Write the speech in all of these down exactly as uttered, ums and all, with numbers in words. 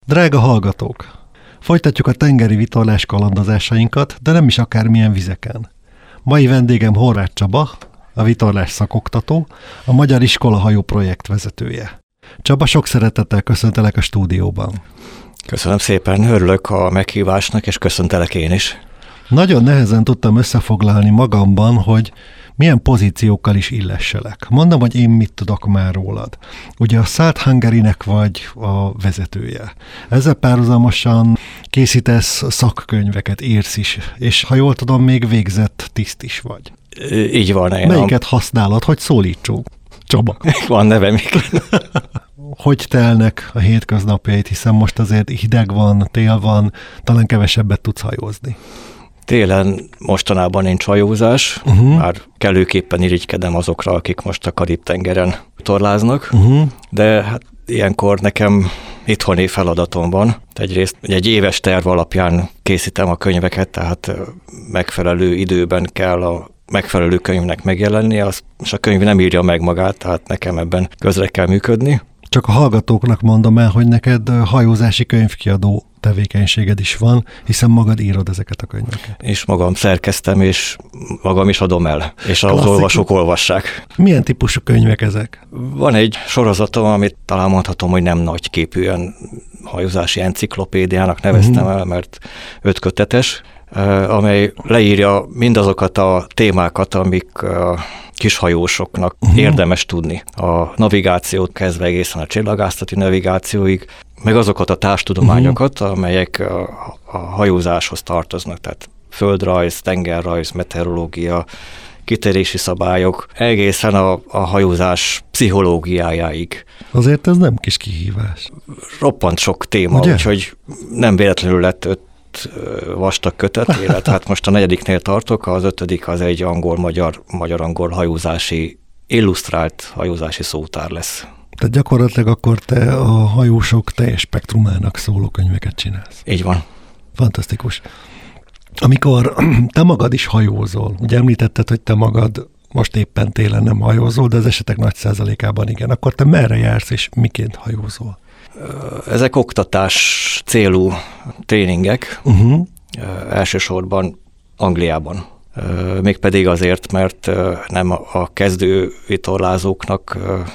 Drága hallgatók! Folytatjuk a tengeri vitorlás kalandozásainkat, de nem is akármilyen vizeken. Mai vendégem Horváth Csaba, a vitorlás szakoktató, a Magyar Iskola Hajó projekt vezetője. Csaba, sok szeretettel köszöntelek a stúdióban. Köszönöm szépen, örülök a meghívásnak, és köszöntelek én is. Nagyon nehezen tudtam összefoglalni magamban, hogy milyen pozíciókkal is illesselek. Mondom, hogy én mit tudok már rólad. Ugye a Salt Hungary-nek vagy a vezetője. Ezzel párhuzamosan készítesz szakkönyveket, írsz is, és ha jól tudom, még végzett tiszt is vagy. Így van. Én Melyiket a... használod? Hogy szólítsunk? Csaba. Van nevem, igen. Hogy telnek a hétköznapjait, hiszen most azért hideg van, tél van, talán kevesebbet tudsz hajózni. Télen mostanában nincs hajózás, uh-huh. már kellőképpen irigykedem azokra, akik most a Karib-tengeren torláznak, uh-huh. de hát ilyenkor nekem itthoni feladatom van. Egyrészt egy éves terv alapján készítem a könyveket, tehát megfelelő időben kell a megfelelő könyvnek megjelenni, az, és a könyv nem írja meg magát, tehát nekem ebben közre kell működni. Csak a hallgatóknak mondom el, hogy neked hajózási könyvkiadó tevékenységed is van, hiszen magad írod ezeket a könyveket. És magam szerkeztem, és magam is adom el, és az olvasók olvassák. Milyen típusú könyvek ezek? Van egy sorozatom, amit talán mondhatom, hogy nem nagyképűen hajózási enciklopédiának neveztem uh-huh. el, mert öt kötetes, amely leírja mindazokat a témákat, amik a kishajósoknak uh-huh. érdemes tudni. A navigációt kezdve egészen a csillagászati navigációig, meg azokat a társtudományokat, uh-huh. amelyek a, a hajózáshoz tartoznak, tehát földrajz, tengerrajz, meteorológia, kitérési szabályok, egészen a, a hajózás pszichológiájáig. Azért ez nem kis kihívás. Roppant sok téma, ugye? Úgyhogy nem véletlenül lett öt vastag kötet, illetve hát most a negyediknél tartok, az ötödik az egy angol-magyar, magyar-angol hajózási, illusztrált hajózási szótár lesz. Tehát gyakorlatilag akkor te a hajósok teljes spektrumának szóló könyveket csinálsz. Így van. Fantasztikus. Amikor te magad is hajózol, ugye említetted, hogy te magad most éppen télen nem hajózol, de az esetek nagy százalékában igen, akkor te merre jársz és miként hajózol? Ezek oktatás célú tréningek, uh-huh. elsősorban Angliában. Mégpedig azért, mert nem a kezdő vitorlázóknak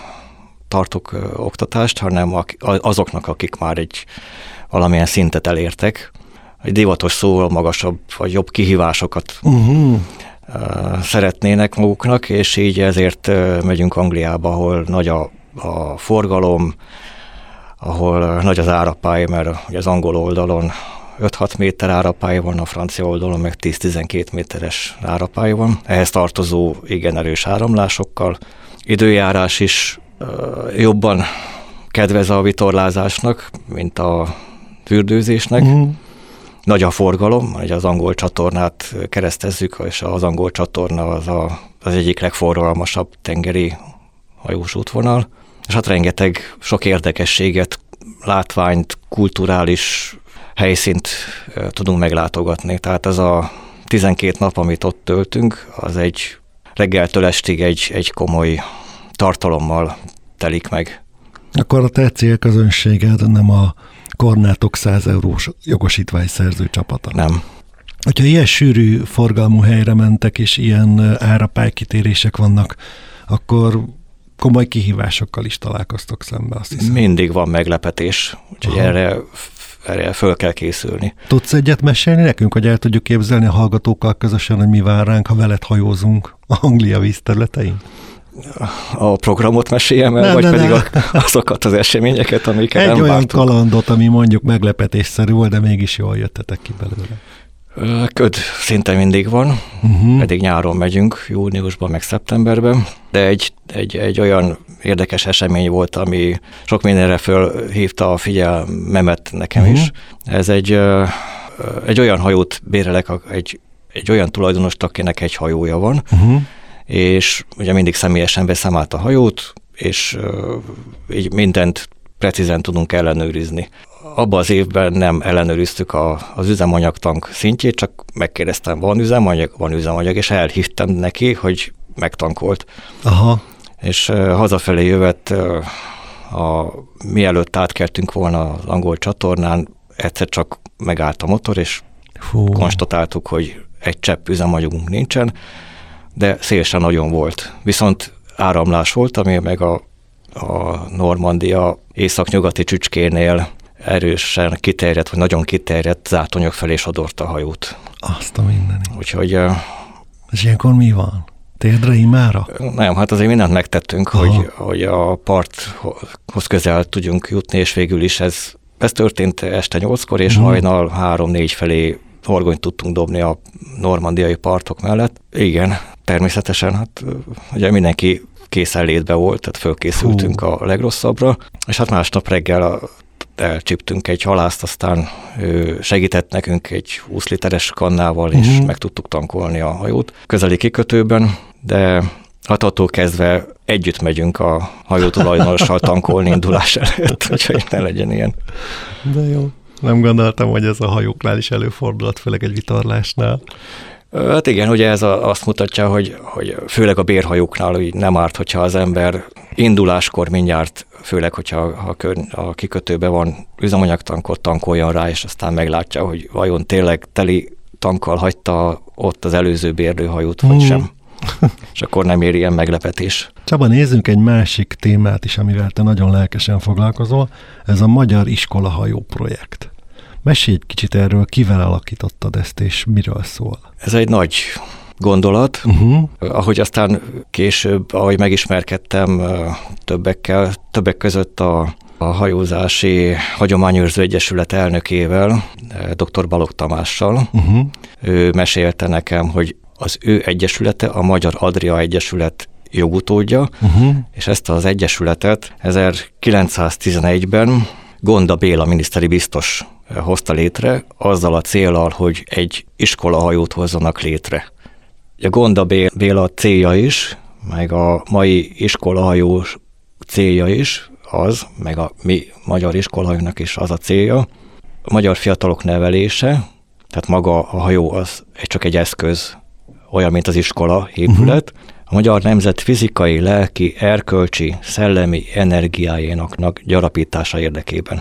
tartok oktatást, hanem azoknak, akik már egy valamilyen szintet elértek. Egy divatos szóval magasabb vagy jobb kihívásokat uh-huh. szeretnének maguknak, és így ezért megyünk Angliába, ahol nagy a, a forgalom, ahol nagy az árapály, mert ugye az angol oldalon öt-hat méter árapály van, a francia oldalon meg tíz-tizenkét méteres árapály van. Ehhez tartozó igen erős áramlásokkal. Időjárás is uh, jobban kedvez a vitorlázásnak, mint a fürdőzésnek. Uh-huh. Nagy a forgalom, ugye az angol csatornát keresztezzük, és az angol csatorna az a, az egyik legforgalmasabb tengeri hajós útvonal. És hát rengeteg sok érdekességet, látványt, kulturális helyszínt tudunk meglátogatni. Tehát ez a tizenkét nap, amit ott töltünk, az egy reggeltől estig egy, egy komoly tartalommal telik meg. Akkor a te célközönséged nem a Kornátok száz eurós jogosítványszerző csapata. Nem. Hogyha ilyen sűrű forgalmú helyre mentek, és ilyen árapálykitérések vannak, akkor komoly kihívásokkal is találkoztok szembe, azt hiszem. Mindig van meglepetés, úgyhogy erre, erre föl kell készülni. Tudsz egyet mesélni nekünk, hogy el tudjuk képzelni a hallgatókkal közösen, hogy mi vár ránk, ha veled hajózunk Anglia vízterületein? A programot meséljem el, nem, vagy nem, pedig nem. azokat az eseményeket, amiket Egy nem olyan vártunk. kalandot, ami mondjuk meglepetésszerű volt, de mégis jól jöttetek ki belőle. Köd szinte mindig van, uh-huh. pedig nyáron megyünk, júniusban, meg szeptemberben, de egy, egy, egy olyan érdekes esemény volt, ami sok mindenre fölhívta a figyelmemet nekem uh-huh. is. Ez egy, egy olyan hajót bérelek, egy, egy olyan tulajdonost, akinek egy hajója van, uh-huh. és ugye mindig személyesen veszem át a hajót, és így mindent precízen tudunk ellenőrizni. Abban az évben nem ellenőriztük a, az üzemanyagtank szintjét, csak megkérdeztem, van üzemanyag? Van üzemanyag, és elhívtam neki, hogy megtankolt. Aha. És uh, hazafelé jövet uh, a, mielőtt átkeltünk volna az angol csatornán, egyszer csak megállt a motor, és Fú. konstatáltuk, hogy egy csepp üzemanyagunk nincsen, de szél sem nagyon volt. Viszont áramlás volt, ami meg a, a Normandia északnyugati csücskénél erősen kiterjedt, vagy nagyon kiterjedt zátonyok felé sodorta a hajót. Azt a mindenit. Úgyhogy... És ilyenkor mi van? Térdre imára? Nem, hát azért mindent megtettünk, hogy, hogy a parthoz közel tudjunk jutni, és végül is ez, ez történt este nyolckor, és uh-huh. hajnal három-négy felé horgonyt tudtunk dobni a normandiai partok mellett. Igen, természetesen, hát ugye mindenki készenlétbe volt, tehát fölkészültünk Hú. a legrosszabbra, és hát másnap reggel a elcsíptünk egy halászt, aztán ő segített nekünk egy húsz literes kannával, és uh-huh. meg tudtuk tankolni a hajót közeli kikötőben, de hát attól kezdve együtt megyünk a hajótulajdonossal tankolni indulás előtt, úgyhogy ne legyen ilyen. De jó. Nem gondoltam, hogy ez a hajóknál is előfordulhat, főleg egy vitorlásnál. Hát igen, ugye ez a, azt mutatja, hogy, hogy főleg a bérhajóknál hogy nem árt, hogyha az ember induláskor mindjárt, főleg, hogyha a, a kikötőben van üzemanyagtankot, tankoljon rá, és aztán meglátja, hogy vajon tényleg teli tankkal hagyta ott az előző bérlőhajót, vagy mm. sem. És akkor nem ér ilyen meglepetés. Csaba, nézzünk egy másik témát is, amivel te nagyon lelkesen foglalkozol. Ez a Magyar Iskolahajó projekt. Mesélj egy kicsit erről, kivel alakítottad ezt, és miről szól? Ez egy nagy gondolat. Uh-huh. Ahogy aztán később, ahogy megismerkedtem többekkel, többek között a, a Hajózási Hagyományőrző Egyesület elnökével, dr. Balogh Tamással, uh-huh. ő mesélte nekem, hogy az ő egyesülete, a Magyar Adria Egyesület jogutódja, uh-huh. és ezt az egyesületet ezerkilencszáztizenegyben Gonda Béla miniszteri biztos hozta létre, azzal a céllal, hogy egy iskolahajót hozzanak létre. A Gonda Béla célja is, meg a mai iskolahajó célja is az, meg a mi magyar iskolahajónak is az a célja, a magyar fiatalok nevelése, tehát maga a hajó az csak egy eszköz, olyan, mint az iskola épület, uh-huh. a magyar nemzet fizikai, lelki, erkölcsi, szellemi energiájának gyarapítása érdekében.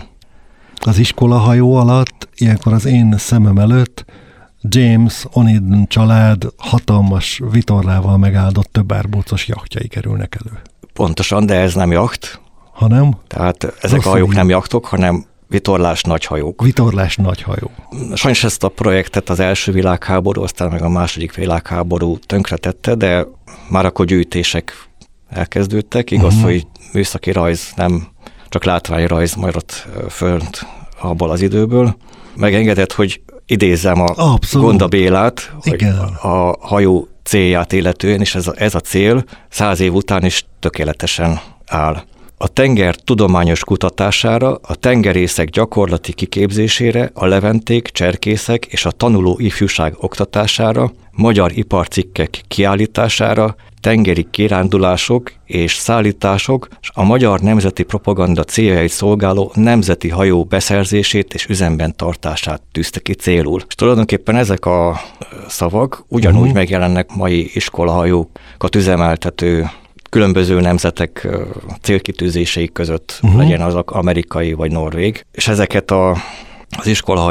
Az iskolahajó alatt, ilyenkor az én szemem előtt James Oniden család hatalmas vitorlával megáldott több árbócos jachtjai kerülnek elő. Pontosan, de ez nem jacht. Hanem? Tehát ezek Rossz a hajók nem jachtok, hanem vitorlás nagyhajók. Vitorlás nagyhajó. Sajnos ezt a projektet az első világháború, aztán meg a második világháború tönkretette, de már akkor gyűjtések elkezdődtek. Igaz, uh-huh. hogy műszaki rajz, nem csak látványrajz maradt fönt abból az időből. Megengedett, hogy idézzem a Abszolút. Gonda Bélát, hogy Igen. a hajó célját illetően, és ez a, ez a cél száz év után is tökéletesen áll. A tenger tudományos kutatására, a tengerészek gyakorlati kiképzésére, a leventék, cserkészek és a tanuló ifjúság oktatására, magyar iparcikkek kiállítására, tengeri kirándulások és szállítások, és a magyar nemzeti propaganda céljait szolgáló nemzeti hajó beszerzését és üzemben tartását tűzte ki célul. És tulajdonképpen ezek a szavak ugyanúgy uh-huh. megjelennek mai iskolahajókat üzemeltető különböző nemzetek célkitűzései között, uh-huh. legyen az amerikai vagy norvég, és ezeket a, az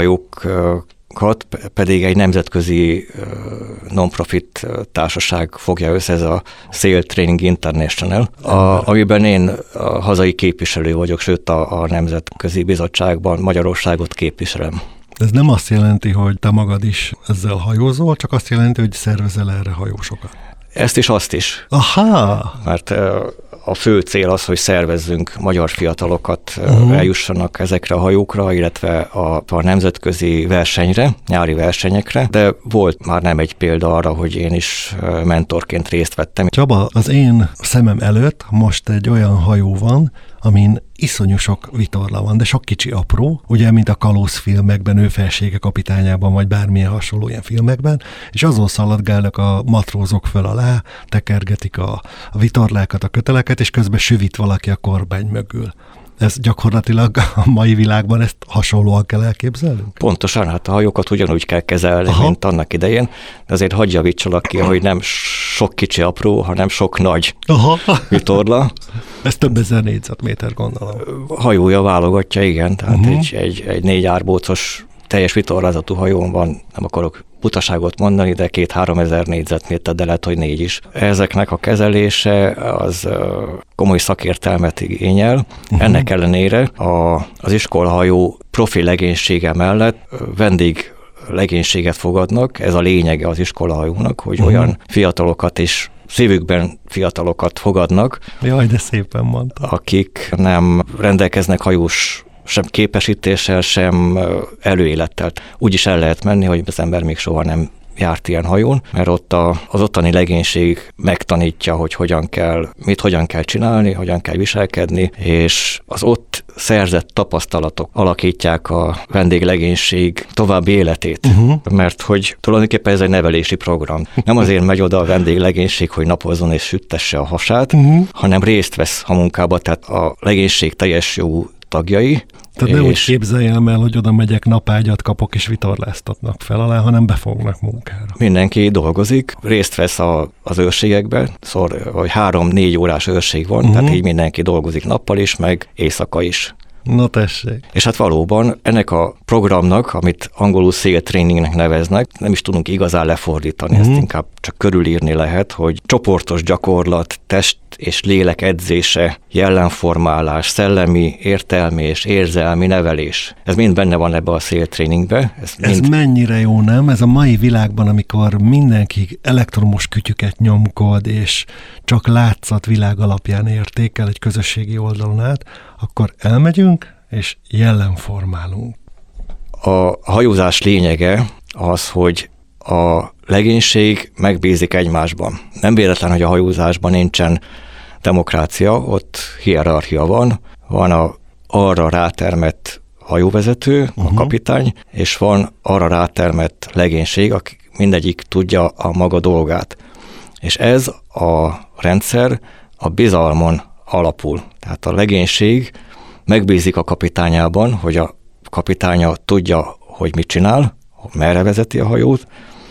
iskolahajókat pedig egy nemzetközi non-profit társaság fogja össze, ez a Sail Training International, a, amiben én a hazai képviselő vagyok, sőt a, a Nemzetközi Bizottságban Magyarországot képviselem. Ez nem azt jelenti, hogy te magad is ezzel hajózol, csak azt jelenti, hogy szervezel erre hajósokat. Ezt is, azt is. Aha! Mert a fő cél az, hogy szervezzünk magyar fiatalokat, uh-huh. eljussanak ezekre a hajókra, illetve a, a nemzetközi versenyre, nyári versenyekre, de volt már nem egy példa arra, hogy én is mentorként részt vettem. Csaba, az én szemem előtt most egy olyan hajó van, amin iszonyú sok vitorla van, de sok kicsi apró, ugye, mint a kalózfilmekben, ő felsége kapitányában, vagy bármilyen hasonló ilyen filmekben, és azon szaladgálnak a matrózok föl alá, tekergetik a, a vitorlákat, a köteleket, és közben süvít valaki a kormány mögül. Ez gyakorlatilag a mai világban ezt hasonlóan kell elképzelnünk? Pontosan, hát a hajókat ugyanúgy kell kezelni, Aha. mint annak idején, de azért hadd javítsalak ki, hogy nem sok kicsi apró, hanem sok nagy Aha. vitorla. Ez több ezer négyzetméter, gondolom. Hajója válogatja, igen, tehát uh-huh. egy, egy, egy négy árbócos teljes vitorlázatú hajón van, nem akarok butaságot mondani, de két-három ezer négyzetméter, de lehet, hogy négy is. Ezeknek a kezelése az komoly szakértelmet igényel. Uh-huh. Ennek ellenére a, az iskolahajó profi legénysége mellett vendég legénységet fogadnak, ez a lényege az iskolahajónak, hogy uh-huh. olyan fiatalokat is szívükben fiatalokat fogadnak. Jaj, de szépen mondta. Akik nem rendelkeznek hajós sem képesítéssel, sem előélettel. Úgy is el lehet menni, hogy az ember még soha nem járt ilyen hajón, mert ott a, az ottani legénység megtanítja, hogy hogyan kell, mit hogyan kell csinálni, hogyan kell viselkedni, és az ott szerzett tapasztalatok alakítják a vendéglegénység további életét. Uh-huh. Mert hogy tulajdonképpen ez egy nevelési program. Nem azért megy oda a vendéglegénység, hogy napozzon és süttesse a hasát, uh-huh. hanem részt vesz a munkába, tehát a legénység teljes jogú tagjai. Tehát nem úgy képzeljem el, hogy oda megyek, napágyat kapok és vitorláztatnak fel alá, hanem befognak munkára. Mindenki dolgozik, részt vesz a, az őrségekben, szóval vagy három-négy órás őrség van, uh-huh. tehát így mindenki dolgozik nappal is, meg éjszaka is. Na tessék. És hát valóban ennek a programnak, amit angolul SEAL trainingnek neveznek, nem is tudunk igazán lefordítani, uh-huh. ezt inkább csak körülírni lehet, hogy csoportos gyakorlat, test és lélek edzése, jellemformálás, szellemi, értelmi és érzelmi nevelés. Ez mind benne van ebbe a SEAL trainingbe. Ez, ez mind... mennyire jó, nem? Ez a mai világban, amikor mindenki elektromos kütyüket nyomkod, és csak látszat világ alapján értékel egy közösségi oldalon át, akkor elmegyünk, és jellemformálunk. A hajózás lényege az, hogy a legénység megbízik egymásban. Nem véletlen, hogy a hajózásban nincsen demokrácia, ott hierarchia van, van a arra rátermett hajóvezető, uh-huh. a kapitány, és van arra rátermett legénység, aki mindegyik tudja a maga dolgát. És ez a rendszer a bizalmon alapul. Tehát a legénység megbízik a kapitányában, hogy a kapitánya tudja, hogy mit csinál, merre vezeti a hajót,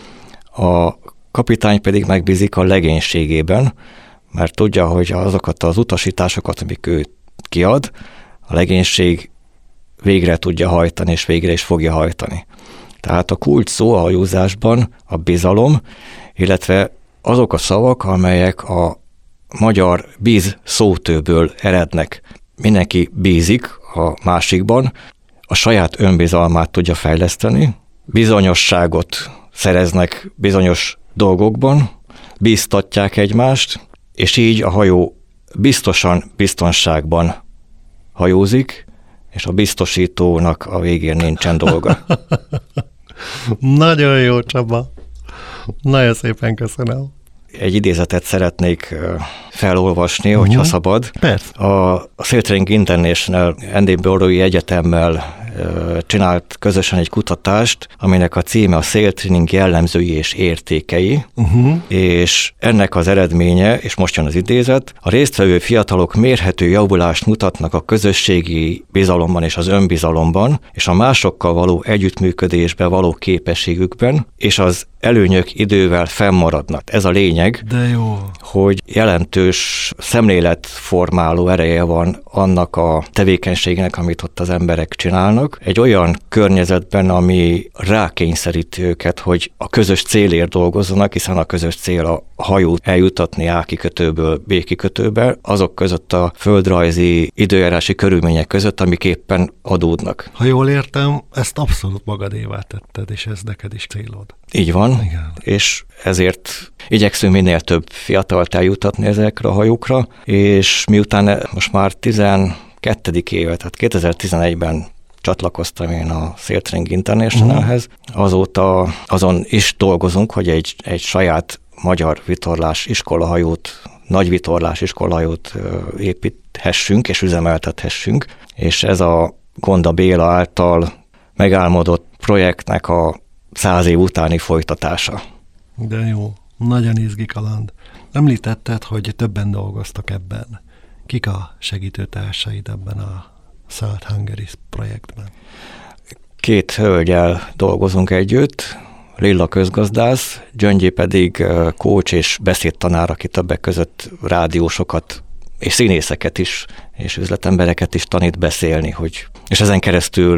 a kapitány pedig megbízik a legénységében, mert tudja, hogy azokat az utasításokat, amik ő kiad, a legénység végre tudja hajtani, és végre is fogja hajtani. Tehát a kulcs szó a hajózásban a bizalom, illetve azok a szavak, amelyek a magyar bíz szótőből erednek. Mindenki bízik a másikban, a saját önbizalmát tudja fejleszteni, bizonyosságot szereznek bizonyos dolgokban, bíztatják egymást, és így a hajó biztosan biztonságban hajózik, és a biztosítónak a végén nincsen dolga. Nagyon jó, Csaba. Nagyon szépen köszönöm. Egy idézetet szeretnék felolvasni, uh-huh. hogyha szabad. Persze. A SEAL Training International Edinburgh-i Egyetemmel csinált közösen egy kutatást, aminek a címe a SEAL Training jellemzői és értékei, uh-huh. és ennek az eredménye, és most jön az idézet, a résztvevő fiatalok mérhető javulást mutatnak a közösségi bizalomban és az önbizalomban, és a másokkal való együttműködésbe való képességükben, és az előnyök idővel fennmaradnak. Ez a lényeg, de jó. hogy jelentős szemléletformáló ereje van annak a tevékenységnek, amit ott az emberek csinálnak. Egy olyan környezetben, ami rákényszeríti őket, hogy a közös célért dolgozzanak, hiszen a közös cél a hajót eljutatni A kikötőből B kikötőbe, azok között a földrajzi időjárási körülmények között, amik éppen adódnak. Ha jól értem, ezt abszolút magadévá tetted, és ez neked is célod. Így van, igen. És ezért igyekszünk minél több fiatalt eljutatni ezekre a hajókra, és miután most már tizenkettedik éve, tehát kétezer-tizenegyben csatlakoztam én a SEAL Training Internationalhez, azóta azon is dolgozunk, hogy egy, egy saját magyar vitorlás iskolahajót, nagy vitorlás iskolahajót építhessünk és üzemeltethessünk, és ez a Gonda Béla által megálmodott projektnek a száz év utáni folytatása. De jó, nagyon izgi kaland. Említetted, hogy többen dolgoztak ebben. Kik a segítőtársaid ebben a Salt Hungary projektben? Két hölgyel dolgozunk együtt, Lilla közgazdász, Gyöngyi pedig coach és beszédtanár, aki többek között rádiósokat és színészeket is, és üzletembereket is tanít beszélni, hogy, és ezen keresztül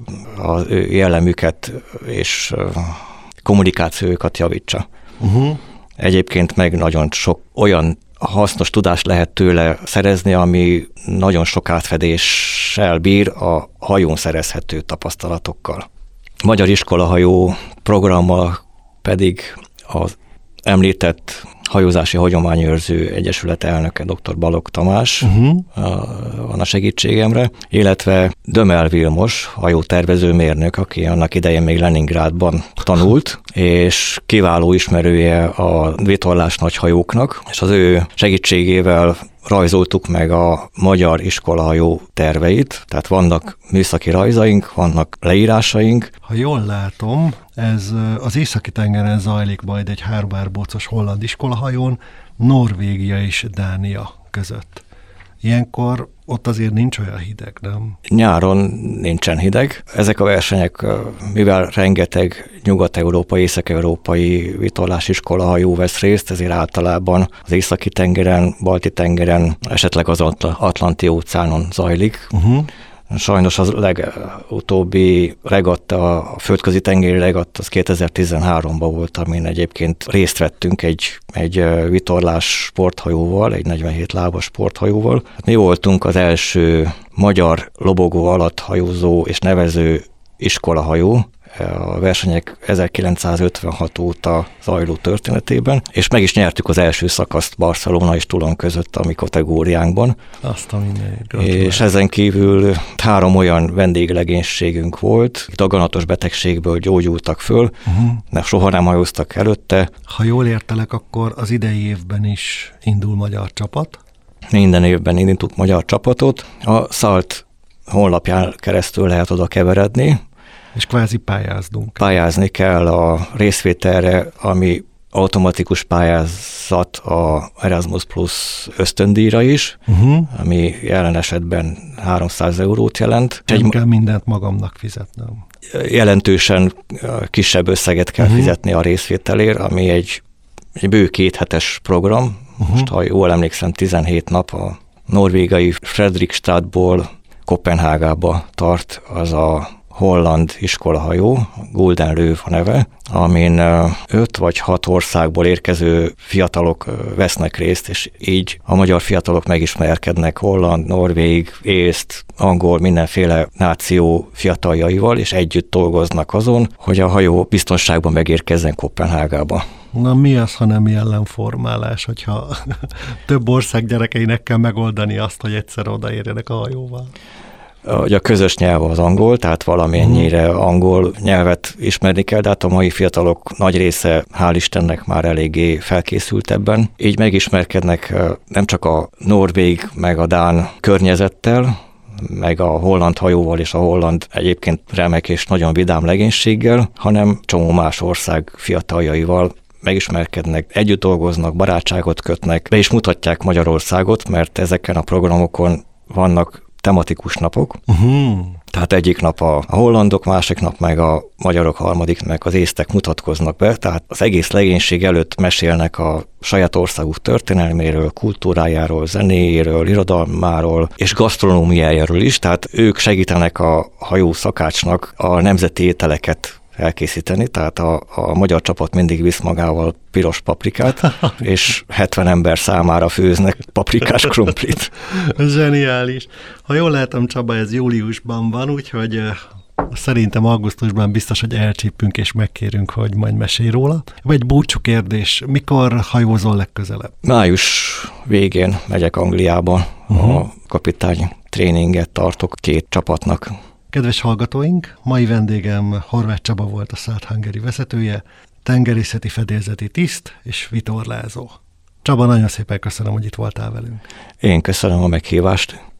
az ő jellemüket és kommunikációjukat javítsa. Uh-huh. Egyébként meg nagyon sok olyan hasznos tudást lehet tőle szerezni, ami nagyon sok átfedéssel bír a hajón szerezhető tapasztalatokkal. Magyar iskolahajó programmal pedig az említett Hajózási Hagyományőrző Egyesület elnöke dr. Balogh Tamás uh-huh. van a segítségemre, illetve Dömel Vilmos, hajótervező mérnök, aki annak idején még Leningrádban tanult, és kiváló ismerője a vitorlás nagyhajóknak, és az ő segítségével rajzoltuk meg a magyar iskolahajó terveit, tehát vannak műszaki rajzaink, vannak leírásaink. Ha jól látom, ez az Északi-tengeren zajlik majd egy háromárbócos holland iskolahajón, Norvégia és Dánia között. Ilyenkor ott azért nincs olyan hideg, nem? Nyáron nincsen hideg. Ezek a versenyek, mivel rengeteg nyugat-európai, észak-európai vitorlásiskola hajó vesz részt, ezért általában az Északi-tengeren, Balti-tengeren, esetleg az Atlanti-óceánon zajlik. Uh-huh. Sajnos az legutóbbi regatta, a földközi tengeri regatta, az kétezer-tizenháromban volt, amin egyébként részt vettünk egy, egy vitorlás sporthajóval, egy negyvenhét lábas sporthajóval. Mi voltunk az első magyar lobogó alatt hajózó és nevező iskolahajó, a versenyek ezerkilencszázötvenhat óta zajló történetében, és meg is nyertük az első szakaszt Barcelona és Toulon között a mi kategóriánkban. Azt a minden. És ezen kívül három olyan vendéglegénységünk volt, daganatos betegségből gyógyultak föl, uh-huh. de soha nem hajóztak előtte. Ha jól értelek, akkor az idei évben is indul magyar csapat? Minden évben indítunk magyar csapatot. A Salt honlapján keresztül lehet oda keveredni, és kvázi pályáznunk. Pályázni kell a részvételre, ami automatikus pályázat a Erasmus Plus ösztöndíjra is, uh-huh. ami jelen esetben háromszáz eurót jelent. Nem egy kell mindent magamnak fizetnem. Jelentősen kisebb összeget kell uh-huh. fizetni a részvételért, ami egy, egy bő kéthetes program. Uh-huh. Most, ha jól emlékszem, tizenhét nap a norvégai Fredrikstadból Koppenhágába tart az a holland iskolahajó, Golden Löw a neve, amin öt vagy hat országból érkező fiatalok vesznek részt, és így a magyar fiatalok megismerkednek holland, norvég, észt, angol, mindenféle náció fiataljaival, és együtt dolgoznak azon, hogy a hajó biztonságban megérkezzen Koppenhágába. Na mi az, ha nem jellemformálás, hogyha több ország gyerekeinek kell megoldani azt, hogy egyszer odaérjenek a hajóval? Hogy a közös nyelv az angol, tehát valamennyire angol nyelvet ismerni kell, de hát a mai fiatalok nagy része, hál' Istennek már eléggé felkészült ebben. Így megismerkednek nem csak a norvég, meg a dán környezettel, meg a holland hajóval és a holland egyébként remek és nagyon vidám legénységgel, hanem csomó más ország fiataljaival megismerkednek, együtt dolgoznak, barátságot kötnek, be is mutatják Magyarországot, mert ezeken a programokon vannak tematikus napok. Uh-huh. Tehát egyik nap a hollandok, másik nap meg a magyarok, harmadik meg az észtek mutatkoznak be, tehát az egész legénység előtt mesélnek a saját országuk történelméről, kultúrájáról, zenéjéről, irodalmáról és gasztronómiájáról is, tehát ők segítenek a hajó szakácsnak a nemzeti ételeket elkészíteni, tehát a, a magyar csapat mindig visz magával piros paprikát, és hetven ember számára főznek paprikás krumplit. Zseniális. Ha jól látom, Csaba, ez júliusban van, úgyhogy szerintem augusztusban biztos, hogy elcsípünk és megkérünk, hogy majd mesélj róla. Vagy búcsú kérdés, mikor hajózol legközelebb? Május végén megyek Angliába, uh-huh. a kapitány tréninget tartok két csapatnak. Kedves hallgatóink, mai vendégem Horváth Csaba volt, a Salt Hungary vezetője, tengerészeti fedélzeti tiszt és vitorlázó. Csaba, nagyon szépen köszönöm, hogy itt voltál velünk. Én köszönöm a meghívást.